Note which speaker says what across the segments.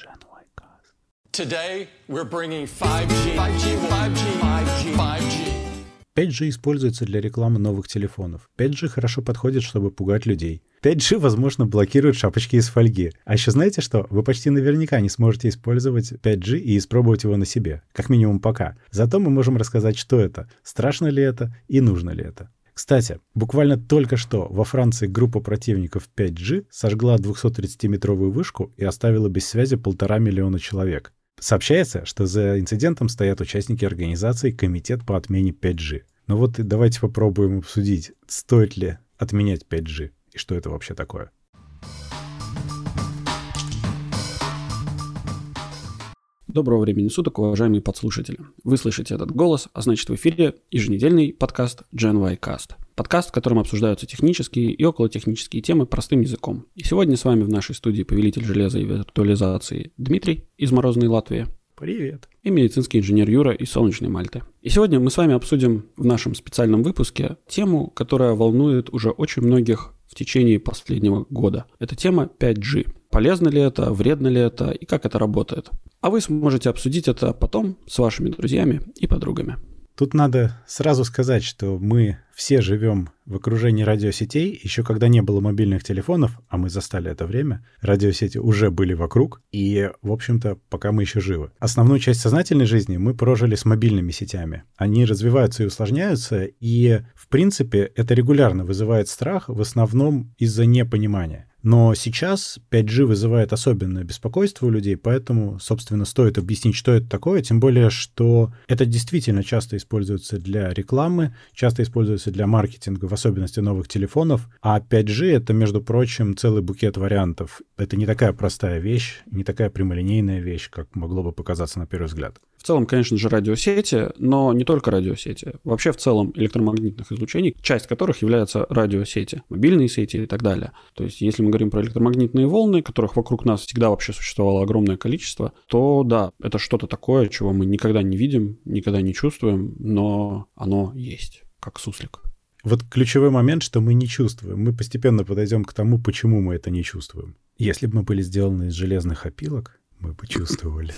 Speaker 1: Today we're bringing 5G используется для рекламы новых телефонов. 5G хорошо подходит, чтобы пугать людей. 5G, возможно, блокирует шапочки из фольги. А еще знаете что? Вы почти наверняка не сможете использовать 5G и испробовать его на себе. Как минимум пока. Зато мы можем рассказать, что это, страшно ли это и нужно ли это. Кстати, буквально только что во Франции группа противников 5G сожгла 230-метровую вышку и оставила без связи 1,5 миллиона человек. Сообщается, что за инцидентом стоят участники организации «Комитет по отмене 5G». Ну вот и давайте попробуем обсудить, стоит ли отменять 5G и что это вообще такое.
Speaker 2: Доброго времени суток, уважаемые подслушатели. Вы слышите этот голос, а значит в эфире еженедельный подкаст Gen Y Cast. Подкаст, в котором обсуждаются технические и околотехнические темы простым языком. И сегодня с вами в нашей студии повелитель железа и виртуализации Дмитрий из морозной Латвии.
Speaker 1: Привет.
Speaker 2: И медицинский инженер Юра из солнечной Мальты. И сегодня мы с вами обсудим в нашем специальном выпуске тему, которая волнует уже очень многих в течение последнего года. Это тема 5G. Полезно ли это, вредно ли это и как это работает. А вы сможете обсудить это потом с вашими друзьями и подругами.
Speaker 1: Тут надо сразу сказать, что мы все живем в окружении радиосетей. Еще когда не было мобильных телефонов, а мы застали это время, радиосети уже были вокруг. И, в общем-то, пока мы еще живы. Основную часть сознательной жизни мы прожили с мобильными сетями. Они развиваются и усложняются. И, в принципе, это регулярно вызывает страх, в основном из-за непонимания. Но сейчас 5G вызывает особенное беспокойство у людей, поэтому, собственно, стоит объяснить, что это такое, тем более, что это действительно часто используется для рекламы, часто используется для маркетинга, в особенности новых телефонов, а 5G — это, между прочим, целый букет вариантов. Это не такая простая вещь, не такая прямолинейная вещь, как могло бы показаться на первый взгляд.
Speaker 2: В целом, конечно же, радиосети, но не только радиосети. Вообще, в целом, электромагнитных излучений, часть которых являются радиосети, мобильные сети и так далее. То есть, если мы говорим про электромагнитные волны, которых вокруг нас всегда вообще существовало огромное количество, то да, это что-то такое, чего мы никогда не видим, никогда не чувствуем, но оно есть, как суслик.
Speaker 1: Вот ключевой момент, что мы не чувствуем. Мы постепенно подойдем к тому, почему мы это не чувствуем. Если бы мы были сделаны из железных опилок, мы бы чувствовали.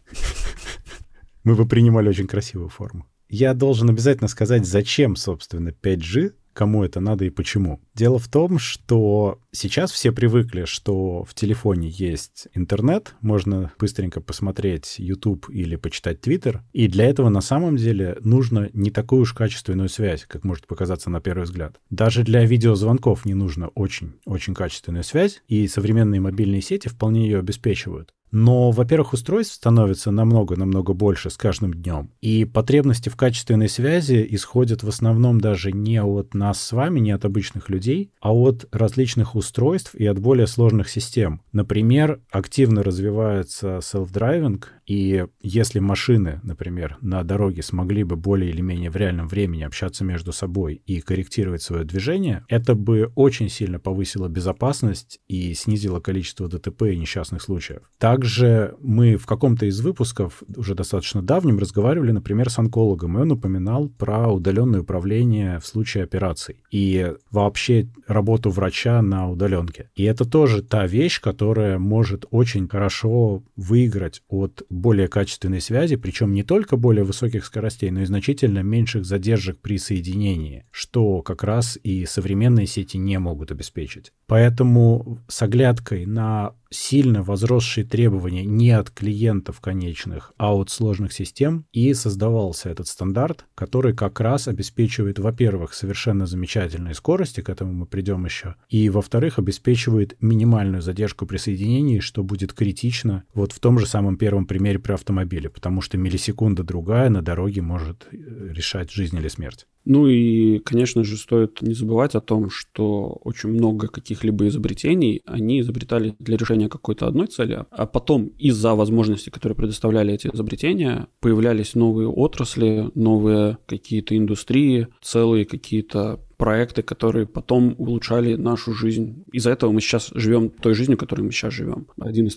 Speaker 1: Мы бы принимали очень красивую форму. Я должен обязательно сказать, зачем, собственно, 5G, кому это надо и почему. Дело в том, что сейчас все привыкли, что в телефоне есть интернет, можно быстренько посмотреть YouTube или почитать Twitter, и для этого на самом деле нужно не такую уж качественную связь, как может показаться на первый взгляд. Даже для видеозвонков не нужно очень качественную связь, и современные мобильные сети вполне ее обеспечивают. Но, во-первых, устройств становится намного больше с каждым днем. И потребности в качественной связи исходят в основном даже не от нас с вами, не от обычных людей, а от различных устройств и от более сложных систем. Например, активно развивается self-driving, и если машины, например, на дороге смогли бы более или менее в реальном времени общаться между собой и корректировать свое движение, это бы очень сильно повысило безопасность и снизило количество ДТП и несчастных случаев. Также мы в каком-то из выпусков, уже достаточно давнем, разговаривали, например, с онкологом, и он упоминал про удаленное управление в случае операций и вообще работу врача на удаленке. И это тоже та вещь, которая может очень хорошо выиграть от более качественной связи, причем не только более высоких скоростей, но и значительно меньших задержек при соединении, что как раз и современные сети не могут обеспечить. Поэтому с оглядкой на сильно возросшие требования не от клиентов конечных, а от сложных систем, и создавался этот стандарт, который как раз обеспечивает, во-первых, совершенно замечательные скорости, к этому мы придем еще, и, во-вторых, обеспечивает минимальную задержку при соединении, что будет критично вот в том же самом первом примере при автомобиле, потому что миллисекунда другая на дороге может решать жизнь или смерть.
Speaker 2: Ну и, конечно же, стоит не забывать о том, что очень много каких-либо изобретений, они изобретали для решения какой-то одной цели, а потом из-за возможностей, которые предоставляли эти изобретения, появлялись новые отрасли, новые какие-то индустрии, целые какие-то проекты, которые потом улучшали нашу жизнь. Из-за этого мы сейчас живем той жизнью, которой мы сейчас живем. Один из таких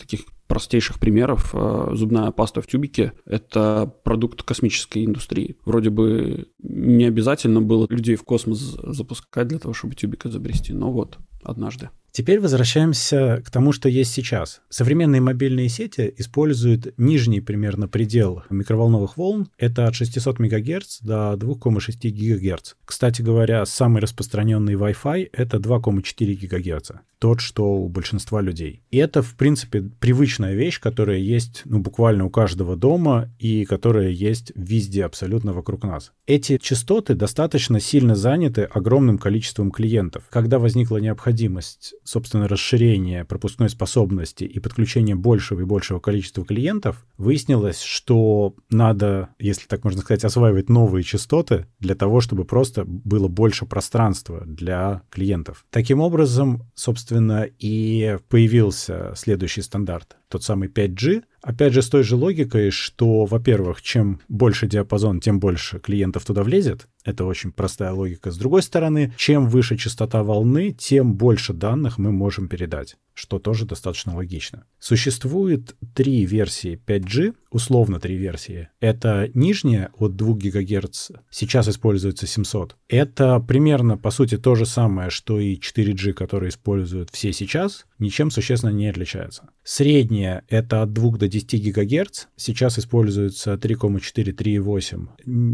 Speaker 2: простейших примеров. Зубная паста в тюбике – это продукт космической индустрии. Вроде бы не обязательно было людей в космос запускать для того, чтобы тюбик изобрести, но вот однажды.
Speaker 1: Теперь возвращаемся к тому, что есть сейчас. Современные мобильные сети используют нижний примерно предел микроволновых волн. Это от 600 МГц до 2,6 ГГц. Кстати говоря, самый распространенный Wi-Fi — это 2,4 ГГц. Тот, что у большинства людей. И это, в принципе, привычная вещь, которая есть буквально у каждого дома и которая есть везде абсолютно вокруг нас. Эти частоты достаточно сильно заняты огромным количеством клиентов. Когда возникла необходимость, собственно, расширения пропускной способности и подключения большего и большего количества клиентов, выяснилось, что надо, если так можно сказать, осваивать новые частоты для того, чтобы просто было больше пространства для клиентов. Таким образом, собственно, и появился следующий стандарт, тот самый 5G. Опять же, с той же логикой, что, во-первых, чем больше диапазон, тем больше клиентов туда влезет. Это очень простая логика. С другой стороны, чем выше частота волны, тем больше данных мы можем передать, что тоже достаточно логично. Существует 3 версии 5G, условно 3 версии. Это нижняя от 2 ГГц, сейчас используется 700. Это примерно, по сути, то же самое, что и 4G, которые используют все сейчас, ничем существенно не отличается. Средняя — это от 2 до 10 ГГц, сейчас используется 3,4-3,8.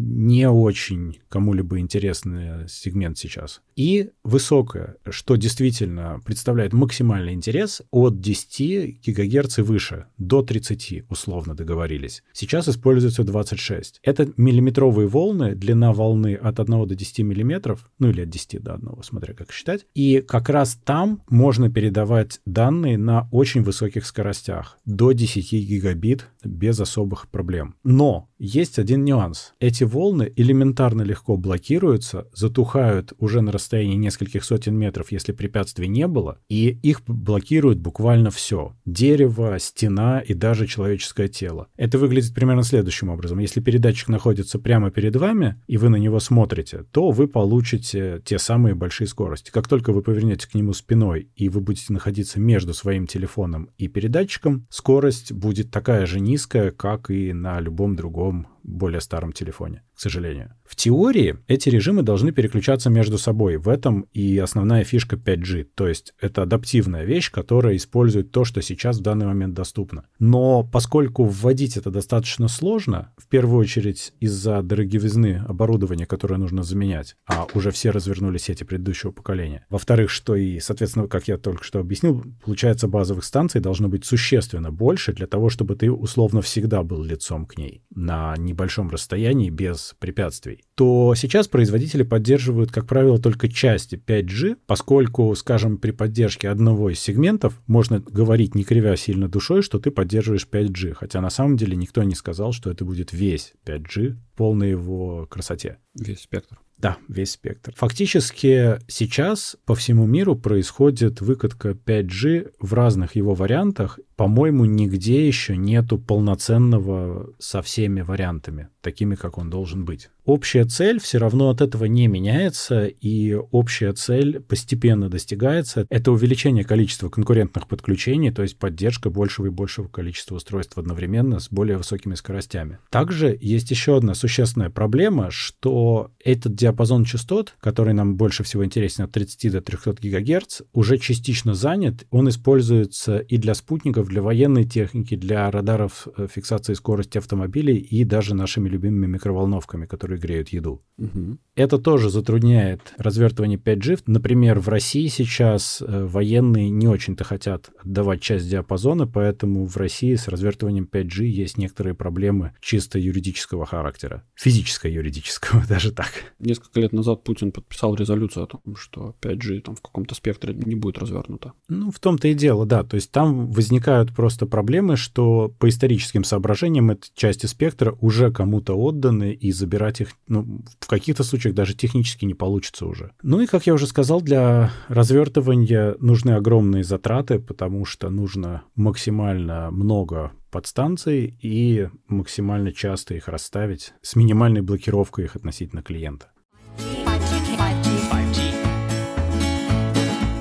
Speaker 1: Не очень кому-либо интересный сегмент сейчас. И высокая, что действительно представляет максимальный интерес, от 10 ГГц и выше, до 30, условно договорились. Сейчас используется 26. Это миллиметровые волны, длина волны от 1 до 10 миллиметров, или от 10 до 1, смотря как считать. И как раз там можно передавать данные на очень высоких скоростях, до 10 гигабит без особых проблем. Но есть один нюанс. Эти волны элементарно легко блокируются, затухают уже на расстоянии нескольких сотен метров, если препятствий не было, и их блокирует буквально все. Дерево, стена и даже человеческое тело. Это выглядит примерно следующим образом. Если передатчик находится прямо перед вами, и вы на него смотрите, то вы получите те самые большие скорости. Как только вы повернете к нему спиной, и вы будете находиться между своим телефоном и передатчиком, скорость будет такая же низкая, как и на любом другом более старом телефоне, к сожалению. В теории эти режимы должны переключаться между собой. В этом и основная фишка 5G. То есть это адаптивная вещь, которая использует то, что сейчас в данный момент доступно. Но поскольку вводить это достаточно сложно, в первую очередь из-за дороговизны оборудования, которое нужно заменять, а уже все развернули сети предыдущего поколения. Во-вторых, что и, соответственно, как я только что объяснил, получается, базовых станций должно быть существенно больше для того, чтобы ты условно всегда был лицом к ней на небольшом расстоянии без препятствий, то сейчас производители поддерживают, как правило, только части 5G, поскольку, скажем, при поддержке одного из сегментов можно говорить, не кривя сильно душой, что ты поддерживаешь 5G, хотя на самом деле никто не сказал, что это будет весь 5G в полной его красоте.
Speaker 2: Весь спектр.
Speaker 1: Да, весь спектр. Фактически сейчас по всему миру происходит выкатка 5G в разных его вариантах. По-моему, нигде еще нету полноценного со всеми вариантами, такими, как он должен быть. Общая цель все равно от этого не меняется, и общая цель постепенно достигается. Это увеличение количества конкурентных подключений, то есть поддержка большего и большего количества устройств одновременно с более высокими скоростями. Также есть еще одна существенная проблема, что этот диапазон частот, который нам больше всего интересен от 30 до 300 ГГц, уже частично занят. Он используется и для спутников, для военной техники, для радаров фиксации скорости автомобилей и даже нашими любимыми микроволновками, которые греют еду.
Speaker 2: Угу.
Speaker 1: Это тоже затрудняет развертывание 5G. Например, в России сейчас военные не очень-то хотят отдавать часть диапазона, поэтому в России с развертыванием 5G есть некоторые проблемы чисто юридического характера. Физическо-юридического, даже так.
Speaker 2: Несколько лет назад Путин подписал резолюцию о том, что 5G там в каком-то спектре не будет развернуто.
Speaker 1: В том-то и дело, да. То есть там возникают просто проблемы, что по историческим соображениям эти части спектра уже кому-то отданы, и забирать их, в каких-то случаях даже технически не получится уже. И, как я уже сказал, для развертывания нужны огромные затраты, потому что нужно максимально много подстанций и максимально часто их расставить с минимальной блокировкой их относительно клиента.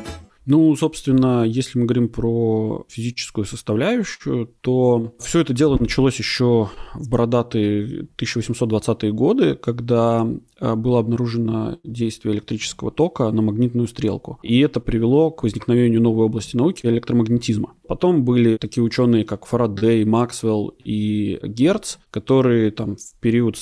Speaker 2: Ну, собственно, если мы говорим про физическую составляющую, то все это дело началось еще в бородатые 1820-е годы, когда было обнаружено действие электрического тока на магнитную стрелку. И это привело к возникновению новой области науки электромагнетизма. Потом были такие ученые, как Фарадей, Максвелл и Герц, которые там в период с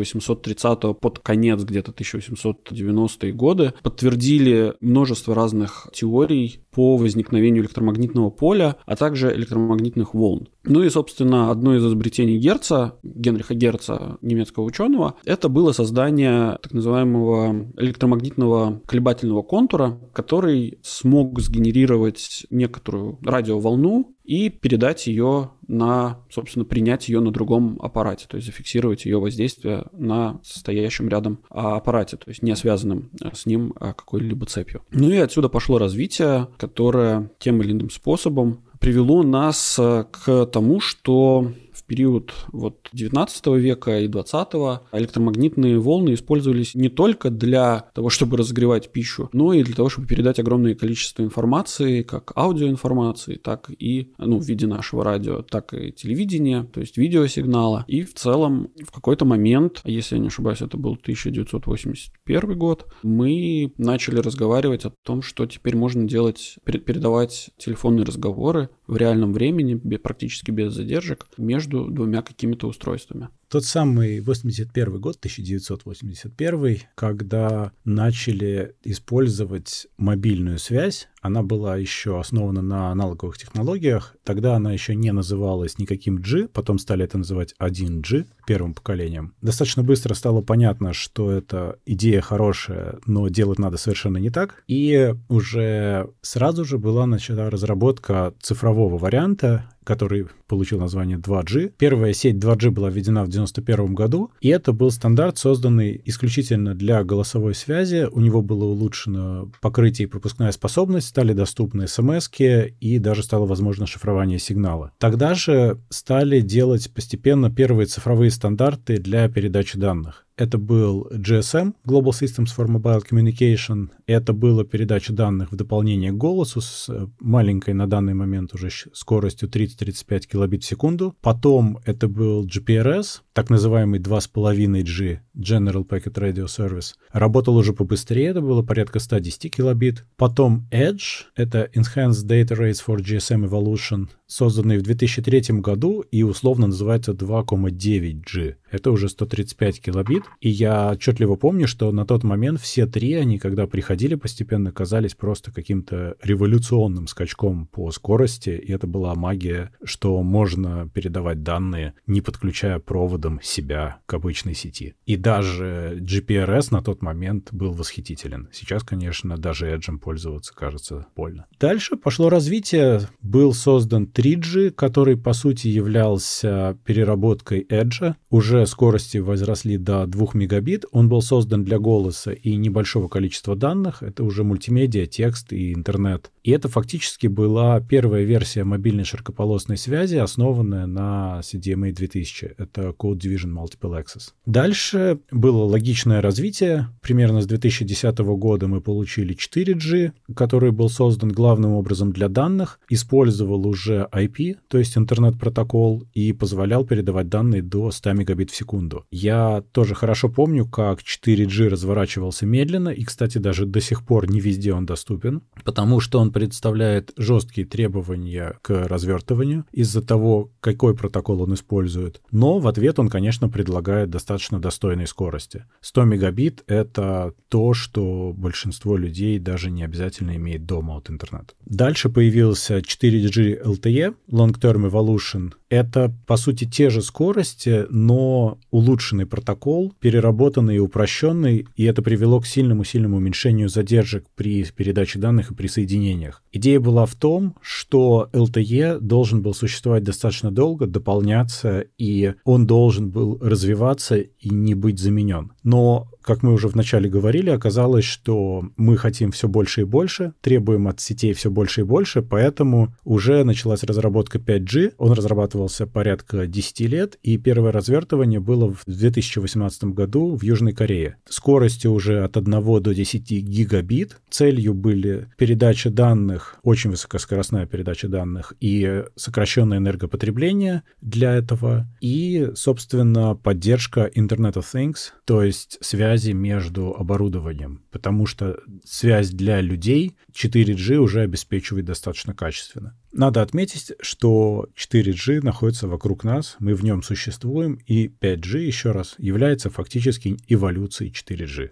Speaker 2: 1830 под конец где-то 1890-е годы подтвердили множество разных теорий по возникновению электромагнитного поля, а также электромагнитных волн. Ну и, собственно, одно из изобретений Герца, Генриха Герца, немецкого ученого, это было создание так называемого электромагнитного колебательного контура, который смог сгенерировать некоторую радиоволну и передать ее собственно, принять ее на другом аппарате, то есть зафиксировать ее воздействие на стоящем рядом аппарате, то есть не связанным с ним какой-либо цепью. Ну и отсюда пошло развитие, которое тем или иным способом привело нас к тому, что в период 19 века и 20-го электромагнитные волны использовались не только для того, чтобы разогревать пищу, но и для того, чтобы передать огромное количество информации, как аудиоинформации, так и в виде нашего радио, так и телевидения, то есть видеосигнала. И в целом в какой-то момент, если я не ошибаюсь, это был 1981 год, мы начали разговаривать о том, что теперь можно передавать телефонные разговоры в реальном времени, практически без задержек, между двумя какими-то устройствами.
Speaker 1: Тот самый 81 год, 1981, когда начали использовать мобильную связь, она была еще основана на аналоговых технологиях, тогда она еще не называлась никаким G, потом стали это называть 1G, первым поколением. Достаточно быстро стало понятно, что эта идея хорошая, но делать надо совершенно не так, и уже сразу же была начата разработка цифрового варианта, который получил название 2G. Первая сеть 2G была введена в 1991 году, и это был стандарт, созданный исключительно для голосовой связи. У него было улучшено покрытие и пропускная способность, стали доступны смс-ки, и даже стало возможно шифрование сигнала. Тогда же стали делать постепенно первые цифровые стандарты для передачи данных. Это был GSM, Global Systems for Mobile Communication. Это была передача данных в дополнение к голосу с маленькой на данный момент уже скоростью 30-35 килобит в секунду. Потом это был GPRS, так называемый 2,5G, General Packet Radio Service. Работал уже побыстрее, это было порядка 110 килобит. Потом Edge, это Enhanced Data Rates for GSM Evolution, созданный в 2003 году и условно называется 2,9G. Это уже 135 килобит. И я отчетливо помню, что на тот момент все три, они когда приходили постепенно, казались просто каким-то революционным скачком по скорости. И это была магия, что можно передавать данные, не подключая проводом себя к обычной сети. И даже GPRS на тот момент был восхитителен. Сейчас, конечно, даже Edge пользоваться кажется больно. Дальше пошло развитие. Был создан 3G, который, по сути, являлся переработкой Edge. Уже скорости возросли до 2 мегабит. Он был создан для голоса и небольшого количества данных. Это уже мультимедиа, текст и интернет. И это фактически была первая версия мобильной широкополосной связи, основанная на CDMA 2000. Это Code Division Multiple Access. Дальше было логичное развитие. Примерно с 2010 года мы получили 4G, который был создан главным образом для данных, использовал уже IP, то есть интернет-протокол, и позволял передавать данные до 100 мегабит в секунду. Я тоже хорошо помню, как 4G разворачивался медленно, и, кстати, даже до сих пор не везде он доступен, потому что он представляет жесткие требования к развертыванию из-за того, какой протокол он использует. Но в ответ он, конечно, предлагает достаточно достойной скорости. 100 мегабит — это то, что большинство людей даже не обязательно имеет дома от интернета. Дальше появился 4G LTE, Long Term Evolution. Это, по сути, те же скорости, но улучшенный протокол, переработанный и упрощенный, и это привело к сильному-сильному уменьшению задержек при передаче данных и при соединениях. Идея была в том, что LTE должен был существовать достаточно долго, дополняться, и он должен был развиваться и не быть заменен. Но как мы уже вначале говорили, оказалось, что мы хотим все больше и больше, требуем от сетей все больше и больше, поэтому уже началась разработка 5G. Он разрабатывался порядка 10 лет, и первое развертывание было в 2018 году в Южной Корее. Скорости уже от 1 до 10 гигабит. Целью были передача данных, очень высокоскоростная передача данных и сокращенное энергопотребление для этого, и, собственно, поддержка Internet of Things, то есть связи между оборудованием, потому что связь для людей 4G уже обеспечивает достаточно качественно. Надо отметить, что 4G находится вокруг нас, мы в нем существуем, и 5G, еще раз, является фактически эволюцией 4G.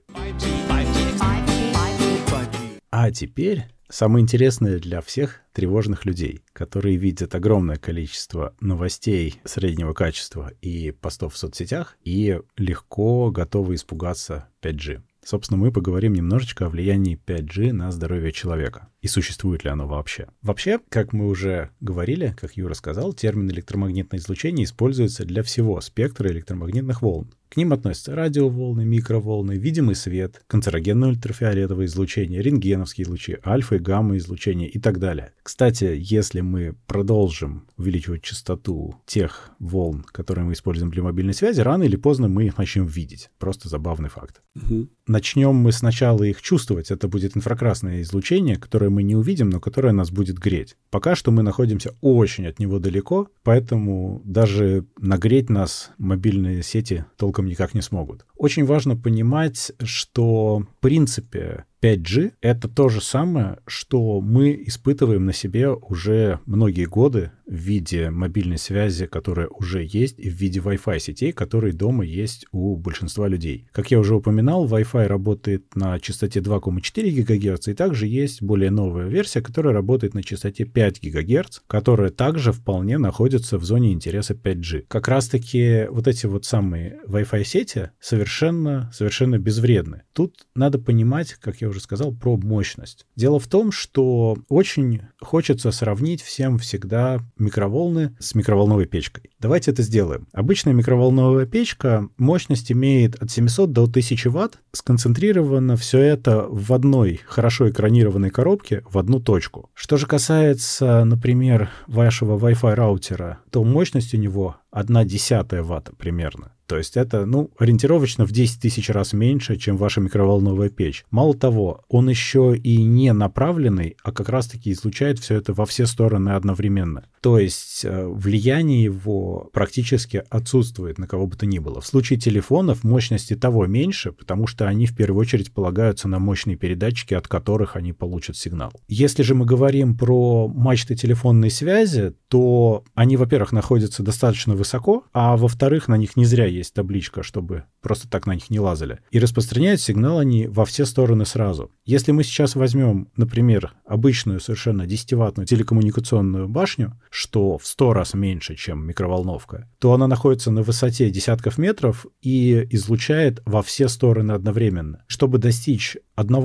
Speaker 1: А теперь самое интересное для всех тревожных людей, которые видят огромное количество новостей среднего качества и постов в соцсетях и легко готовы испугаться 5G. Собственно, мы поговорим немножечко о влиянии 5G на здоровье человека. И существует ли оно вообще? Вообще, как мы уже говорили, как Юра сказал, термин электромагнитное излучение используется для всего спектра электромагнитных волн. К ним относятся радиоволны, микроволны, видимый свет, канцерогенное ультрафиолетовое излучение, рентгеновские лучи, альфа и гамма излучение и так далее. Кстати, если мы продолжим увеличивать частоту тех волн, которые мы используем для мобильной связи, рано или поздно мы их начнем видеть. Просто забавный факт. Начнем мы сначала их чувствовать. Это будет инфракрасное излучение, которое мы не увидим, но которое нас будет греть. Пока что мы находимся очень от него далеко, поэтому даже нагреть нас мобильные сети толком никак не смогут. Очень важно понимать, что в принципе 5G — это то же самое, что мы испытываем на себе уже многие годы в виде мобильной связи, которая уже есть, и в виде Wi-Fi сетей, которые дома есть у большинства людей. Как я уже упоминал, Wi-Fi работает на частоте 2,4 ГГц, и также есть более новая версия, которая работает на частоте 5 ГГц, которая также вполне находится в зоне интереса 5G. Как раз-таки вот эти вот самые Wi-Fi сети совершенно безвредны. Тут надо понимать, как я уже сказал, про мощность. Дело в том, что очень хочется сравнить всем всегда микроволны с микроволновой печкой. Давайте это сделаем. Обычная микроволновая печка, мощность имеет от 700 до 1000 Вт. Сконцентрировано все это в одной хорошо экранированной коробке в одну точку. Что же касается, например, вашего Wi-Fi раутера, то мощность у него 0,1 Вт примерно. То есть это, ориентировочно в 10 тысяч раз меньше, чем ваша микроволновая печь. Мало того, он еще и не направленный, а как раз-таки излучает все это во все стороны одновременно. То есть влияние его практически отсутствует на кого бы то ни было. В случае телефонов мощности того меньше, потому что они в первую очередь полагаются на мощные передатчики, от которых они получат сигнал. Если же мы говорим про мачты телефонной связи, то они, во-первых, находятся достаточно высоко, а во-вторых, на них не зря есть табличка, чтобы просто так на них не лазали. И распространяют сигнал они во все стороны сразу. Если мы сейчас возьмем, например, обычную совершенно 10-ваттную телекоммуникационную башню, что в 100 раз меньше, чем микроволновка, то она находится на высоте десятков метров и излучает во все стороны одновременно. Чтобы достичь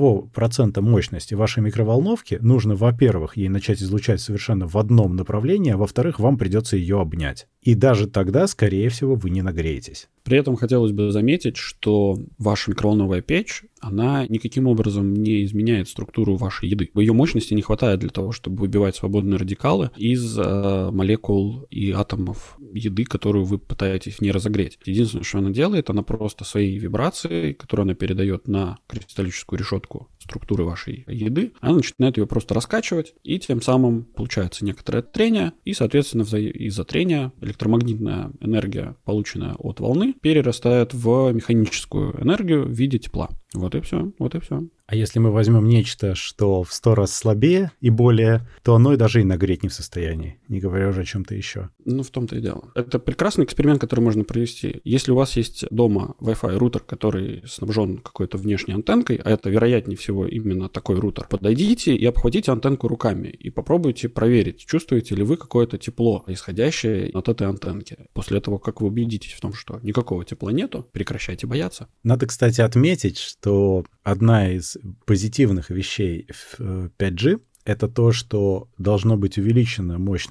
Speaker 1: 1% мощности вашей микроволновки, нужно, во-первых, ей начать излучать совершенно в одном направлении, а во-вторых, вам придется ее обнять. И даже тогда, скорее всего, вы не нагреетесь.
Speaker 2: При этом хотелось бы заметить, что ваша микроволновая печь, она никаким образом не изменяет структуру вашей еды. Ее мощности не хватает для того, чтобы выбивать свободные радикалы из молекул и атомов еды, которую вы пытаетесь в ней разогреть. Единственное, что она делает, она просто своей вибрацией, которую она передает на кристаллическую решетку структуры вашей еды, она начинает ее просто раскачивать, и тем самым получается некоторое трение, и, соответственно, из-за трения электромагнитная энергия, полученная от волны, перерастает в механическую энергию в виде тепла. Вот и все.
Speaker 1: А если мы возьмем нечто, что в 100 раз слабее и более, то оно и даже и нагреть не в состоянии, не говоря уже о чем-то еще.
Speaker 2: В том-то и дело. Это прекрасный эксперимент, который можно провести. Если у вас есть дома Wi-Fi рутер, который снабжен какой-то внешней антенкой, а это, вероятнее всего, именно такой рутер, подойдите и обхватите антенку руками и попробуйте проверить, чувствуете ли вы какое-то тепло, исходящее от этой антенки. После того, как вы убедитесь в том, что никакого тепла нету, прекращайте бояться.
Speaker 1: Надо, кстати, отметить, что одна из позитивных вещей в 5G — это то, что должна быть увеличена мощность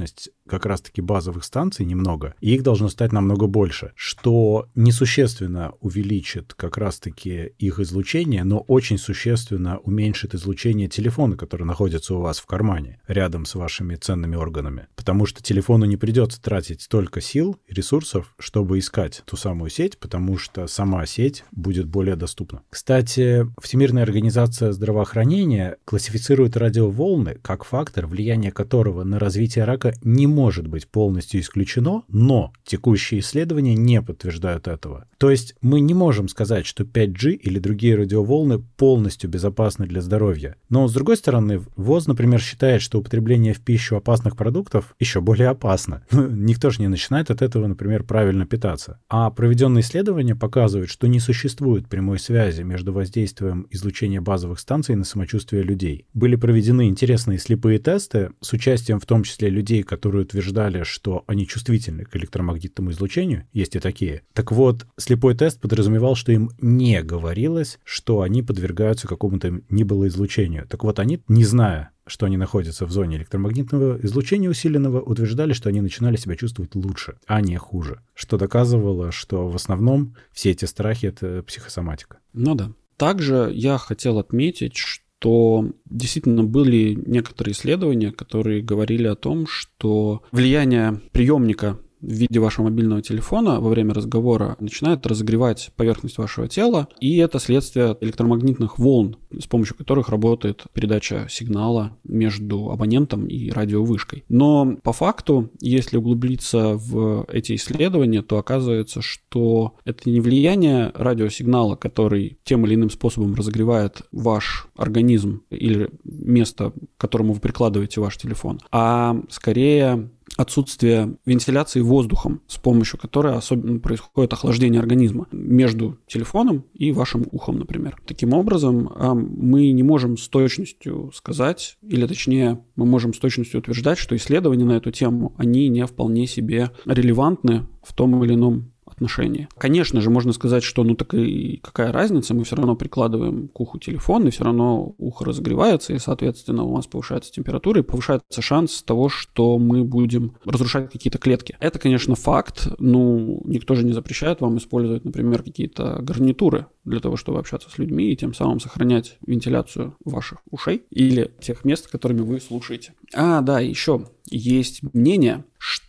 Speaker 1: как раз-таки базовых станций немного, и их должно стать намного больше, что несущественно увеличит как раз-таки их излучение, но очень существенно уменьшит излучение телефона, который находится у вас в кармане, рядом с вашими ценными органами. Потому что телефону не придется тратить столько сил и ресурсов, чтобы искать ту самую сеть, потому что сама сеть будет более доступна. Кстати, Всемирная организация здравоохранения классифицирует радиоволны как фактор, влияние которого на развитие рака не может быть полностью исключено, но текущие исследования не подтверждают этого. То есть мы не можем сказать, что 5G или другие радиоволны полностью безопасны для здоровья. Но, с другой стороны, ВОЗ, например, считает, что употребление в пищу опасных продуктов еще более опасно. Никто же не начинает от этого, например, правильно питаться. А проведенные исследования показывают, что не существует прямой связи между воздействием излучения базовых станций на самочувствие людей. Были проведены интересные слепые тесты с участием в том числе людей, которые утверждали, что они чувствительны к электромагнитному излучению. Есть и такие. Так вот, слепой тест подразумевал, что им не говорилось, что они подвергаются какому-то ни было излучению. Так вот, они, не зная, что они находятся в зоне электромагнитного излучения усиленного, утверждали, что они начинали себя чувствовать лучше, а не хуже. Что доказывало, что в основном все эти страхи — это психосоматика.
Speaker 2: Ну да. Также я хотел отметить, что действительно были некоторые исследования, которые говорили о том, что влияние приемника в виде вашего мобильного телефона во время разговора начинает разогревать поверхность вашего тела, и это следствие электромагнитных волн, с помощью которых работает передача сигнала между абонентом и радиовышкой. Но по факту, если углубиться в эти исследования, то оказывается, что это не влияние радиосигнала, который тем или иным способом разогревает ваш организм или место, к которому вы прикладываете ваш телефон, а скорее отсутствие вентиляции воздухом, с помощью которой особенно происходит охлаждение организма между телефоном и вашим ухом, например. Таким образом, мы не можем с точностью сказать, или точнее, мы можем с точностью утверждать, что исследования на эту тему, они не вполне себе релевантны в том или ином отношении. Конечно же, можно сказать, что ну так и какая разница, мы все равно прикладываем к уху телефон, и все равно ухо разогревается, и, соответственно, у нас повышается температура, и повышается шанс того, что мы будем разрушать какие-то клетки. Это, конечно, факт, но никто же не запрещает вам использовать, например, какие-то гарнитуры для того, чтобы общаться с людьми и тем самым сохранять вентиляцию ваших ушей или тех мест, которыми вы слушаете. Да, еще есть мнение,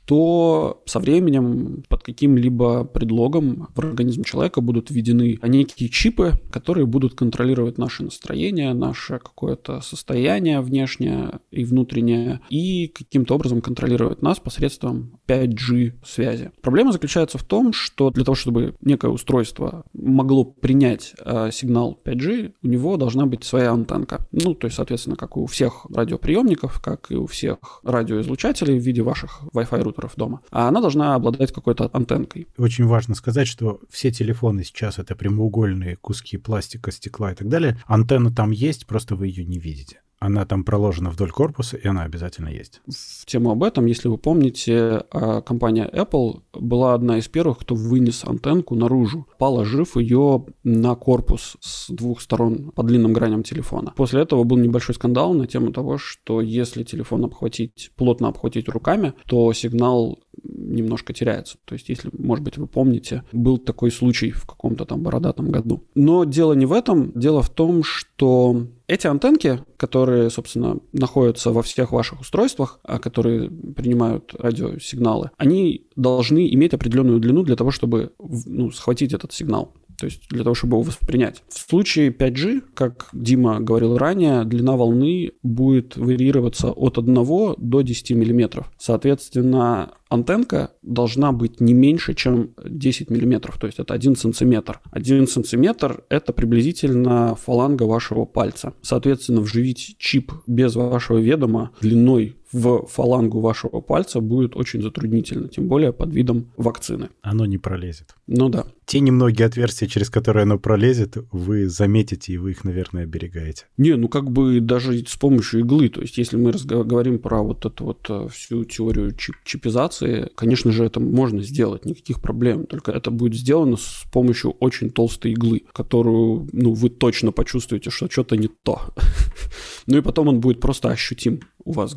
Speaker 2: что со временем под каким-либо предлогом в организм человека будут введены некие чипы, которые будут контролировать наше настроение, наше какое-то состояние внешнее и внутреннее, и каким-то образом контролировать нас посредством 5G связи. Проблема заключается в том, что для того, чтобы некое устройство могло принять сигнал 5G, у него должна быть своя антенка. Ну, то есть, соответственно, как у всех радиоприемников, как и у всех радиоизлучателей в виде ваших Wi-Fi рутеров дома. А она должна обладать какой-то антенкой.
Speaker 1: Очень важно сказать, что все телефоны сейчас это прямоугольные куски пластика, стекла и так далее. Антенна там есть, просто вы ее не видите. Она там проложена вдоль корпуса, и она обязательно есть.
Speaker 2: В тему об этом, если вы помните, компания Apple была одна из первых, кто вынес антенку наружу, положив ее на корпус с двух сторон по длинным граням телефона. После этого был небольшой скандал на тему того, что если телефон плотно обхватить руками, то сигнал немножко теряется. То есть, если, может быть, вы помните, был такой случай в каком-то там бородатом году. Но дело не в этом. Дело в том, что эти антенки, которые, собственно, находятся во всех ваших устройствах, которые принимают радиосигналы, они должны иметь определенную длину для того, чтобы схватить этот сигнал. То есть для того, чтобы его воспринять. В случае 5G, как Дима говорил ранее, длина волны будет варьироваться от 1 до 10 мм. Соответственно, антенка должна быть не меньше, чем 10 мм, то есть это 1 сантиметр. 1 сантиметр – это приблизительно фаланга вашего пальца. Соответственно, вживить чип без вашего ведома длиной в фалангу вашего пальца будет очень затруднительно, тем более под видом вакцины.
Speaker 1: Оно не пролезет.
Speaker 2: Ну да.
Speaker 1: Те немногие отверстия, через которые оно пролезет, вы заметите, и вы их, наверное, оберегаете.
Speaker 2: Не, даже с помощью иглы. То есть, если мы говорим про вот эту всю теорию чипизации, конечно же, это можно сделать, никаких проблем. Только это будет сделано с помощью очень толстой иглы, которую, вы точно почувствуете, что что-то не то. Ну и потом он будет просто ощутим у вас где-то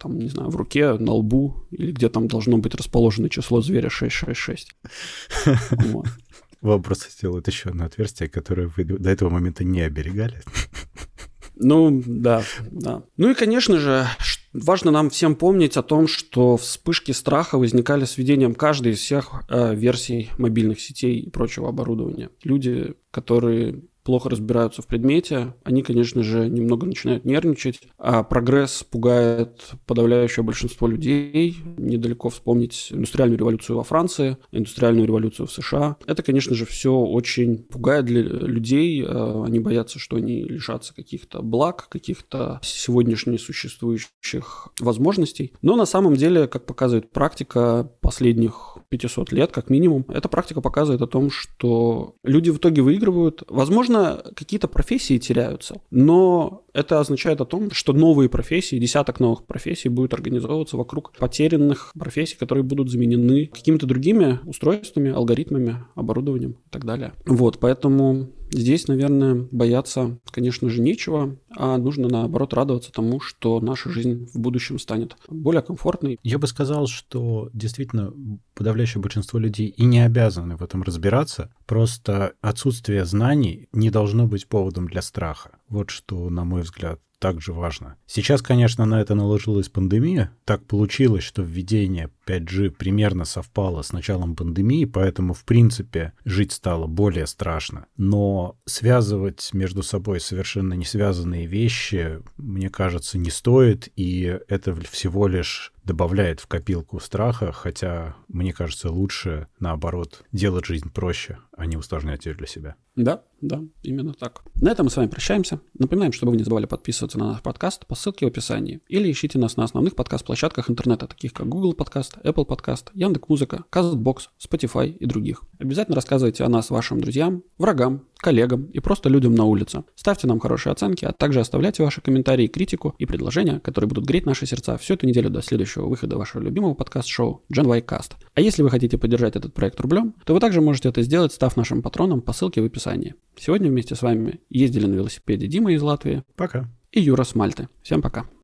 Speaker 2: там, не знаю, в руке, на лбу, или где там должно быть расположено число зверя 666. Вот.
Speaker 1: Вам просто сделают еще одно отверстие, которое вы до этого момента не оберегали.
Speaker 2: Ну, да. Ну и, конечно же, важно нам всем помнить о том, что вспышки страха возникали с введением каждой из всех версий мобильных сетей и прочего оборудования. Люди, которые плохо разбираются в предмете, они, конечно же, немного начинают нервничать, а прогресс пугает подавляющее большинство людей. Недалеко вспомнить индустриальную революцию во Франции, индустриальную революцию в США. Это, конечно же, все очень пугает для людей. Они боятся, что они лишатся каких-то благ, каких-то сегодняшних существующих возможностей. Но на самом деле, как показывает практика последних 500 лет, как минимум, эта практика показывает о том, что люди в итоге выигрывают. Возможно, какие-то профессии теряются, но это означает о том, что новые профессии, десяток новых профессий будет организовываться вокруг потерянных профессий, которые будут заменены какими-то другими устройствами, алгоритмами, оборудованием и так далее. Вот, поэтому здесь, наверное, бояться, конечно же, нечего, а нужно, наоборот, радоваться тому, что наша жизнь в будущем станет более комфортной.
Speaker 1: Я бы сказал, что действительно подавляющее большинство людей и не обязаны в этом разбираться, просто отсутствие знаний не должно быть поводом для страха. Вот что, на мой взгляд, также важно. Сейчас, конечно, на это наложилась пандемия. Так получилось, что введение 5G примерно совпало с началом пандемии, поэтому, в принципе, жить стало более страшно. Но связывать между собой совершенно не связанные вещи, мне кажется, не стоит, и это всего лишь добавляет в копилку страха, хотя, мне кажется, лучше, наоборот, делать жизнь проще, а не усложнять ее для себя.
Speaker 2: Да, именно так. На этом мы с вами прощаемся. Напоминаем, чтобы вы не забывали подписываться на наш подкаст по ссылке в описании. Или ищите нас на основных подкаст-площадках интернета, таких как Google Подкаст, Apple Подкаст, Яндекс.Музыка, Castbox, Spotify и других. Обязательно рассказывайте о нас вашим друзьям, врагам, коллегам и просто людям на улице. Ставьте нам хорошие оценки, а также оставляйте ваши комментарии, критику и предложения, которые будут греть наши сердца всю эту неделю до следующего выхода вашего любимого подкаст-шоу Gen Y Cast. А если вы хотите поддержать этот проект рублем, то вы также можете это сделать, став нашим патроном по ссылке в описании. Сегодня вместе с вами ездили на велосипеде Дима из Латвии.
Speaker 1: Пока.
Speaker 2: И Юра с Мальты. Всем пока.